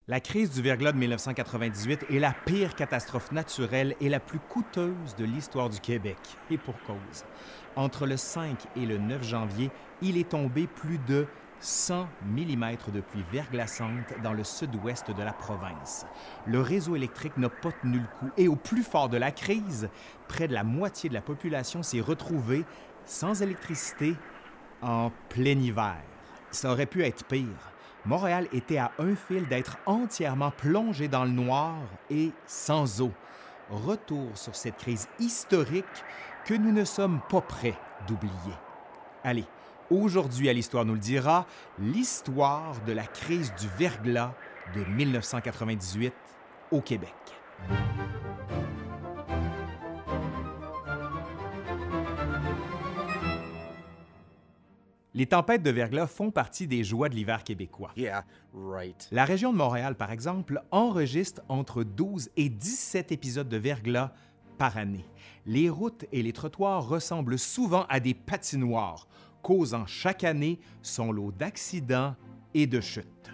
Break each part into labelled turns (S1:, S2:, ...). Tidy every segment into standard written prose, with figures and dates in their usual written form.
S1: La crise du verglas de 1998 est la pire catastrophe naturelle et la plus coûteuse de l'histoire du Québec. Et pour cause. Entre le 5 et le 9 janvier, il est tombé plus de 100 mm de pluie verglaçante dans le sud-ouest de la province. Le réseau électrique n'a pas tenu le coup et au plus fort de la crise, près de la moitié de la population s'est retrouvée sans électricité en plein hiver. Ça aurait pu être pire. Montréal était à un fil d'être entièrement plongé dans le noir et sans eau. Retour sur cette crise historique que nous ne sommes pas prêts d'oublier. Allez, aujourd'hui à l'Histoire nous le dira, l'histoire de la crise du verglas de 1998 au Québec. Les tempêtes de verglas font partie des joies de l'hiver québécois.
S2: Yeah, right.
S1: La région de Montréal, par exemple, enregistre entre 12 et 17 épisodes de verglas par année. Les routes et les trottoirs ressemblent souvent à des patinoires, causant chaque année son lot d'accidents et de chutes.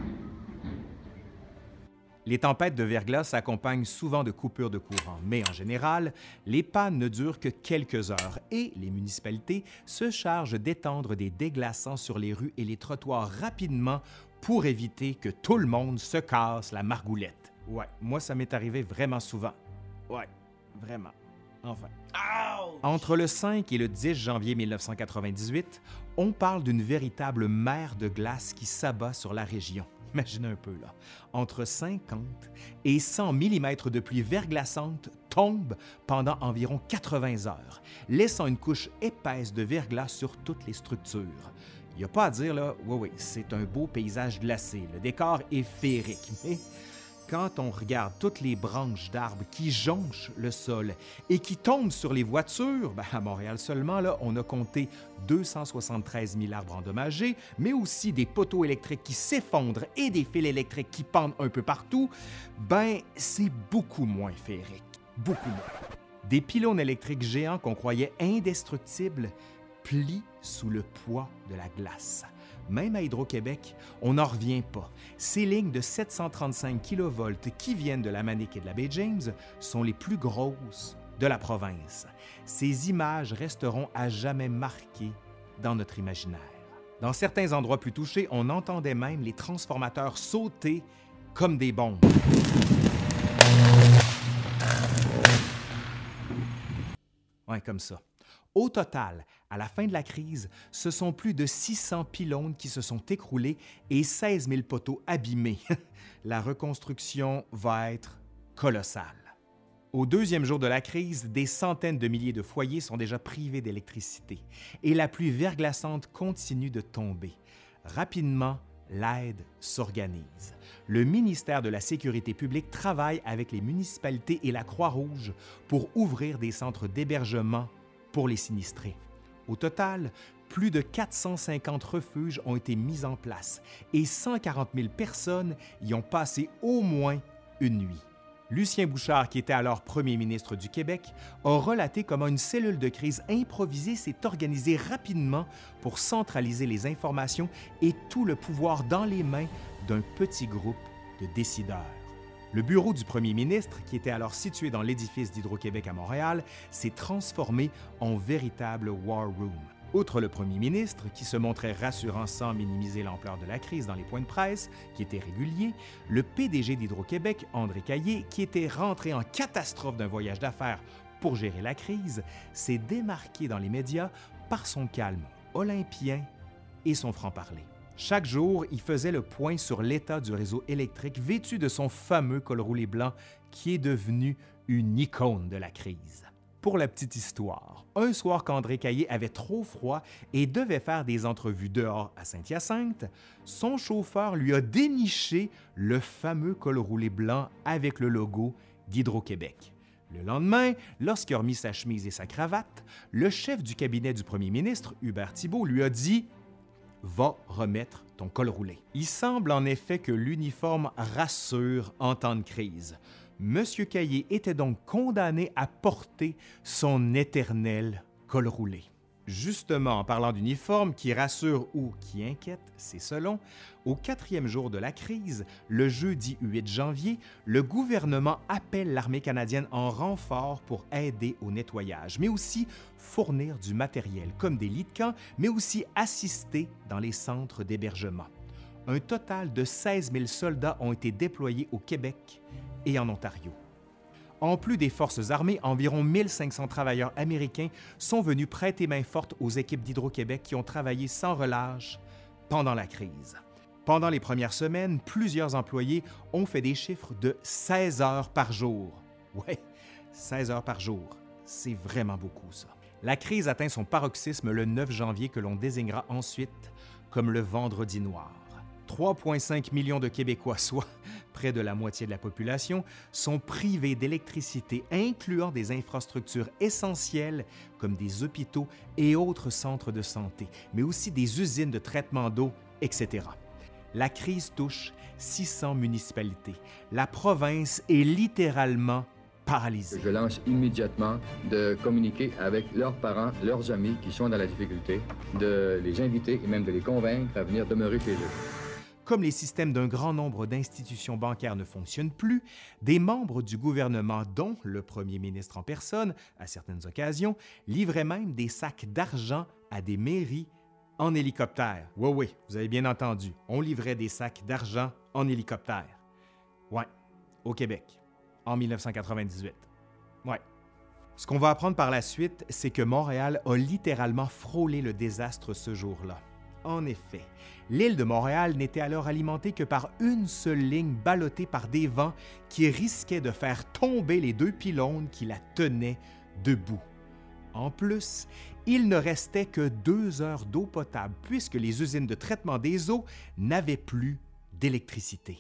S1: Les tempêtes de verglas s'accompagnent souvent de coupures de courant, mais en général, les pannes ne durent que quelques heures et les municipalités se chargent d'étendre des déglaçants sur les rues et les trottoirs rapidement pour éviter que tout le monde se casse la margoulette. Ouais, moi ça m'est arrivé vraiment souvent. Ouais, vraiment. Enfin.
S2: Ouch!
S1: Entre le 5 et le 10 janvier 1998, on parle d'une véritable mer de glace qui s'abat sur la région. Imaginez un peu, là. Entre 50 et 100 mm de pluie verglaçante tombent pendant environ 80 heures, laissant une couche épaisse de verglas sur toutes les structures. Il n'y a pas à dire, là, oui, c'est un beau paysage glacé. Le décor est féerique, mais quand on regarde toutes les branches d'arbres qui jonchent le sol et qui tombent sur les voitures, à Montréal seulement, là, on a compté 273 000 arbres endommagés, mais aussi des poteaux électriques qui s'effondrent et des fils électriques qui pendent un peu partout, c'est beaucoup moins féerique. Beaucoup moins. Des pylônes électriques géants qu'on croyait indestructibles plient sous le poids de la glace. Même à Hydro-Québec, on n'en revient pas. Ces lignes de 735 kV qui viennent de la Manic et de la baie James sont les plus grosses de la province. Ces images resteront à jamais marquées dans notre imaginaire. Dans certains endroits plus touchés, on entendait même les transformateurs sauter comme des bombes. Ouais, comme ça. Au total, à la fin de la crise, ce sont plus de 600 pylônes qui se sont écroulés et 16 000 poteaux abîmés. La reconstruction va être colossale. Au deuxième jour de la crise, des centaines de milliers de foyers sont déjà privés d'électricité et la pluie verglaçante continue de tomber. Rapidement, l'aide s'organise. Le ministère de la Sécurité publique travaille avec les municipalités et la Croix-Rouge pour ouvrir des centres d'hébergement pour les sinistrés. Au total, plus de 450 refuges ont été mis en place et 140 000 personnes y ont passé au moins une nuit. Lucien Bouchard, qui était alors premier ministre du Québec, a relaté comment une cellule de crise improvisée s'est organisée rapidement pour centraliser les informations et tout le pouvoir dans les mains d'un petit groupe de décideurs. Le bureau du premier ministre, qui était alors situé dans l'édifice d'Hydro-Québec à Montréal, s'est transformé en véritable war room. Outre le premier ministre, qui se montrait rassurant sans minimiser l'ampleur de la crise dans les points de presse, qui étaient réguliers, le PDG d'Hydro-Québec, André Caillé, qui était rentré en catastrophe d'un voyage d'affaires pour gérer la crise, s'est démarqué dans les médias par son calme olympien et son franc-parler. Chaque jour, il faisait le point sur l'état du réseau électrique vêtu de son fameux col roulé blanc qui est devenu une icône de la crise. Pour la petite histoire, un soir qu'André Caillé avait trop froid et devait faire des entrevues dehors à Saint-Hyacinthe, son chauffeur lui a déniché le fameux col roulé blanc avec le logo d'Hydro-Québec. Le lendemain, lorsqu'il a remis sa chemise et sa cravate, le chef du cabinet du premier ministre, Hubert Thibault, lui a dit « Va remettre ton col roulé ». Il semble en effet que l'uniforme rassure en temps de crise. M. Caillé était donc condamné à porter son éternel col roulé. Justement, en parlant d'uniforme qui rassure ou qui inquiète, c'est selon, au 4e jour de la crise, le jeudi 8 janvier, le gouvernement appelle l'armée canadienne en renfort pour aider au nettoyage, mais aussi fournir du matériel comme des lits de camp, mais aussi assister dans les centres d'hébergement. Un total de 16 000 soldats ont été déployés au Québec et en Ontario. En plus des forces armées, environ 1500 travailleurs américains sont venus prêter main forte aux équipes d'Hydro-Québec qui ont travaillé sans relâche pendant la crise. Pendant les premières semaines, plusieurs employés ont fait des chiffres de 16 heures par jour. Ouais, 16 heures par jour, c'est vraiment beaucoup ça. La crise atteint son paroxysme le 9 janvier que l'on désignera ensuite comme le Vendredi noir. 3,5 millions de Québécois, soit près de la moitié de la population, sont privés d'électricité, incluant des infrastructures essentielles comme des hôpitaux et autres centres de santé, mais aussi des usines de traitement d'eau, etc. La crise touche 600 municipalités. La province est littéralement paralysée.
S3: Je lance immédiatement de communiquer avec leurs parents, leurs amis qui sont dans la difficulté, de les inviter et même de les convaincre à venir demeurer chez eux.
S1: Comme les systèmes d'un grand nombre d'institutions bancaires ne fonctionnent plus, des membres du gouvernement, dont le premier ministre en personne, à certaines occasions, livraient même des sacs d'argent à des mairies en hélicoptère. Oui, vous avez bien entendu, on livrait des sacs d'argent en hélicoptère. Ouais, au Québec, en 1998. Ouais. Ce qu'on va apprendre par la suite, c'est que Montréal a littéralement frôlé le désastre ce jour-là. En effet, l'île de Montréal n'était alors alimentée que par une seule ligne ballottée par des vents qui risquaient de faire tomber les 2 pylônes qui la tenaient debout. En plus, il ne restait que 2 heures d'eau potable puisque les usines de traitement des eaux n'avaient plus d'électricité.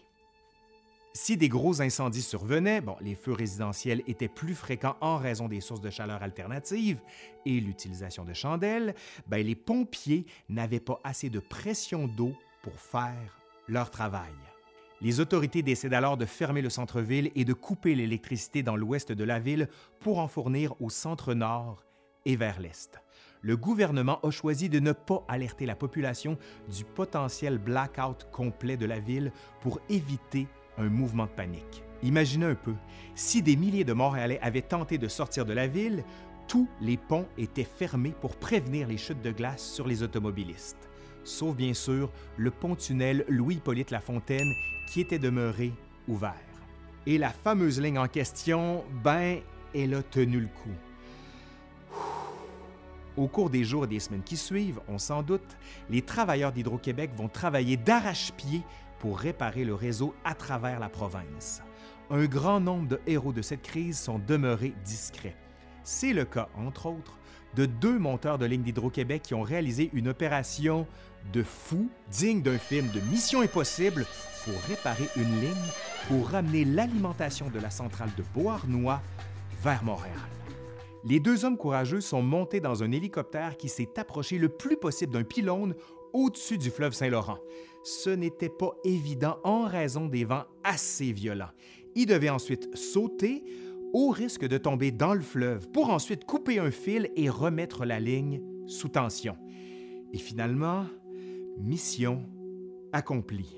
S1: Si des gros incendies survenaient, les feux résidentiels étaient plus fréquents en raison des sources de chaleur alternatives et l'utilisation de chandelles, les pompiers n'avaient pas assez de pression d'eau pour faire leur travail. Les autorités décident alors de fermer le centre-ville et de couper l'électricité dans l'ouest de la ville pour en fournir au centre-nord et vers l'est. Le gouvernement a choisi de ne pas alerter la population du potentiel blackout complet de la ville pour éviter un mouvement de panique. Imaginez un peu, si des milliers de Montréalais avaient tenté de sortir de la ville, tous les ponts étaient fermés pour prévenir les chutes de glace sur les automobilistes. Sauf bien sûr le pont-tunnel Louis-Hippolyte Lafontaine qui était demeuré ouvert. Et la fameuse ligne en question, elle a tenu le coup. Au cours des jours et des semaines qui suivent, on s'en doute, les travailleurs d'Hydro-Québec vont travailler d'arrache-pied pour réparer le réseau à travers la province. Un grand nombre de héros de cette crise sont demeurés discrets. C'est le cas, entre autres, de 2 monteurs de ligne d'Hydro-Québec qui ont réalisé une opération de fou, digne d'un film de Mission Impossible, pour réparer une ligne pour ramener l'alimentation de la centrale de Beauharnois vers Montréal. Les 2 hommes courageux sont montés dans un hélicoptère qui s'est approché le plus possible d'un pylône au-dessus du fleuve Saint-Laurent. Ce n'était pas évident en raison des vents assez violents. Ils devaient ensuite sauter au risque de tomber dans le fleuve pour ensuite couper un fil et remettre la ligne sous tension. Et finalement, mission accomplie.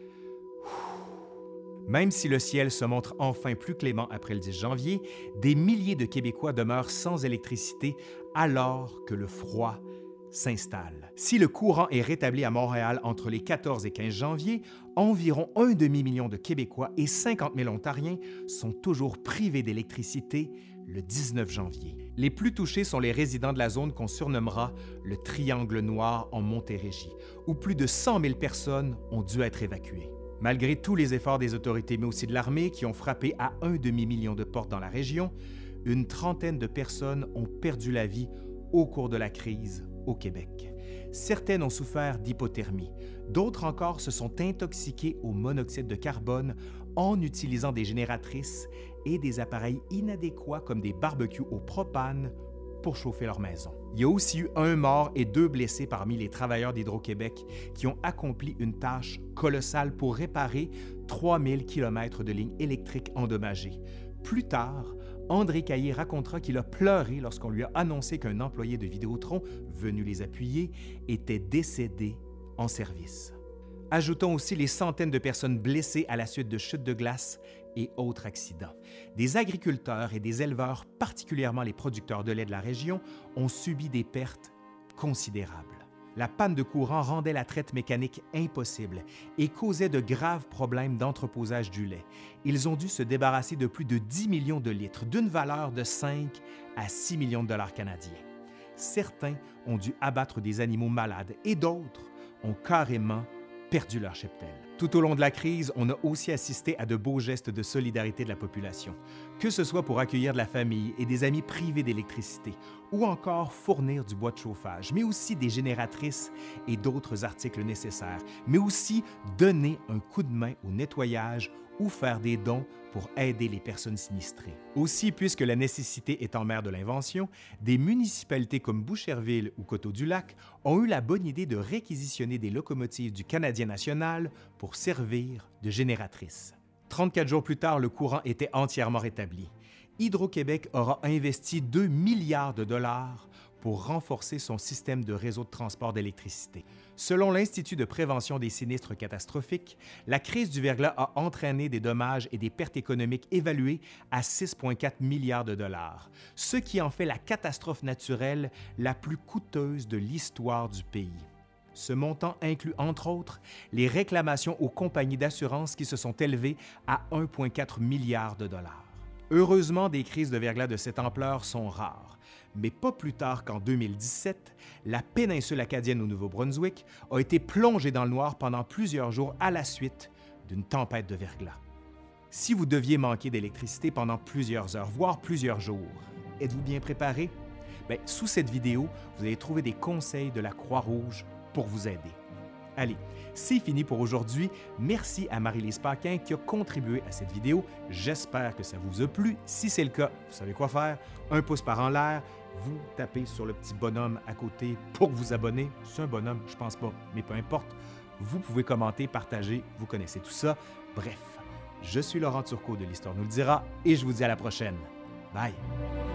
S1: Même si le ciel se montre enfin plus clément après le 10 janvier, des milliers de Québécois demeurent sans électricité alors que le froid s'installe. Si le courant est rétabli à Montréal entre les 14 et 15 janvier, environ un demi-million de Québécois et 50 000 Ontariens sont toujours privés d'électricité le 19 janvier. Les plus touchés sont les résidents de la zone qu'on surnommera le Triangle noir en Montérégie, où plus de 100 000 personnes ont dû être évacuées. Malgré tous les efforts des autorités, mais aussi de l'armée, qui ont frappé à un demi-million de portes dans la région, une trentaine de personnes ont perdu la vie au cours de la crise au Québec. Certaines ont souffert d'hypothermie. D'autres encore se sont intoxiquées au monoxyde de carbone en utilisant des génératrices et des appareils inadéquats comme des barbecues au propane pour chauffer leur maison. Il y a aussi eu 1 mort et 2 blessés parmi les travailleurs d'Hydro-Québec qui ont accompli une tâche colossale pour réparer 3000 km de lignes électriques endommagées. Plus tard, André Caillé racontera qu'il a pleuré lorsqu'on lui a annoncé qu'un employé de Vidéotron, venu les appuyer, était décédé en service. Ajoutons aussi les centaines de personnes blessées à la suite de chutes de glace et autres accidents. Des agriculteurs et des éleveurs, particulièrement les producteurs de lait de la région, ont subi des pertes considérables. La panne de courant rendait la traite mécanique impossible et causait de graves problèmes d'entreposage du lait. Ils ont dû se débarrasser de plus de 10 millions de litres, d'une valeur de 5 à 6 millions de dollars canadiens. Certains ont dû abattre des animaux malades et d'autres ont carrément perdu leur cheptel. Tout au long de la crise, on a aussi assisté à de beaux gestes de solidarité de la population, que ce soit pour accueillir de la famille et des amis privés d'électricité, ou encore fournir du bois de chauffage, mais aussi des génératrices et d'autres articles nécessaires, mais aussi donner un coup de main au nettoyage ou faire des dons pour aider les personnes sinistrées. Aussi, puisque la nécessité étant mère de l'invention, des municipalités comme Boucherville ou Coteau-du-Lac ont eu la bonne idée de réquisitionner des locomotives du Canadien national pour servir de génératrices. 34 jours plus tard, le courant était entièrement rétabli. Hydro-Québec aura investi 2 milliards de dollars pour renforcer son système de réseau de transport d'électricité. Selon l'Institut de prévention des sinistres catastrophiques, la crise du verglas a entraîné des dommages et des pertes économiques évaluées à 6,4 milliards de dollars, ce qui en fait la catastrophe naturelle la plus coûteuse de l'histoire du pays. Ce montant inclut, entre autres, les réclamations aux compagnies d'assurance qui se sont élevées à 1,4 milliard de dollars. Heureusement, des crises de verglas de cette ampleur sont rares, mais pas plus tard qu'en 2017, la péninsule acadienne au Nouveau-Brunswick a été plongée dans le noir pendant plusieurs jours à la suite d'une tempête de verglas. Si vous deviez manquer d'électricité pendant plusieurs heures, voire plusieurs jours, êtes-vous bien préparé? Bien, sous cette vidéo, vous allez trouver des conseils de la Croix-Rouge pour vous aider. Allez, c'est fini pour aujourd'hui. Merci à Marie-Lise Paquin qui a contribué à cette vidéo. J'espère que ça vous a plu. Si c'est le cas, vous savez quoi faire. Un pouce par en l'air. Vous tapez sur le petit bonhomme à côté pour vous abonner. C'est un bonhomme, je pense pas, mais peu importe. Vous pouvez commenter, partager, vous connaissez tout ça. Bref, je suis Laurent Turcot de l'Histoire nous le dira et je vous dis à la prochaine. Bye!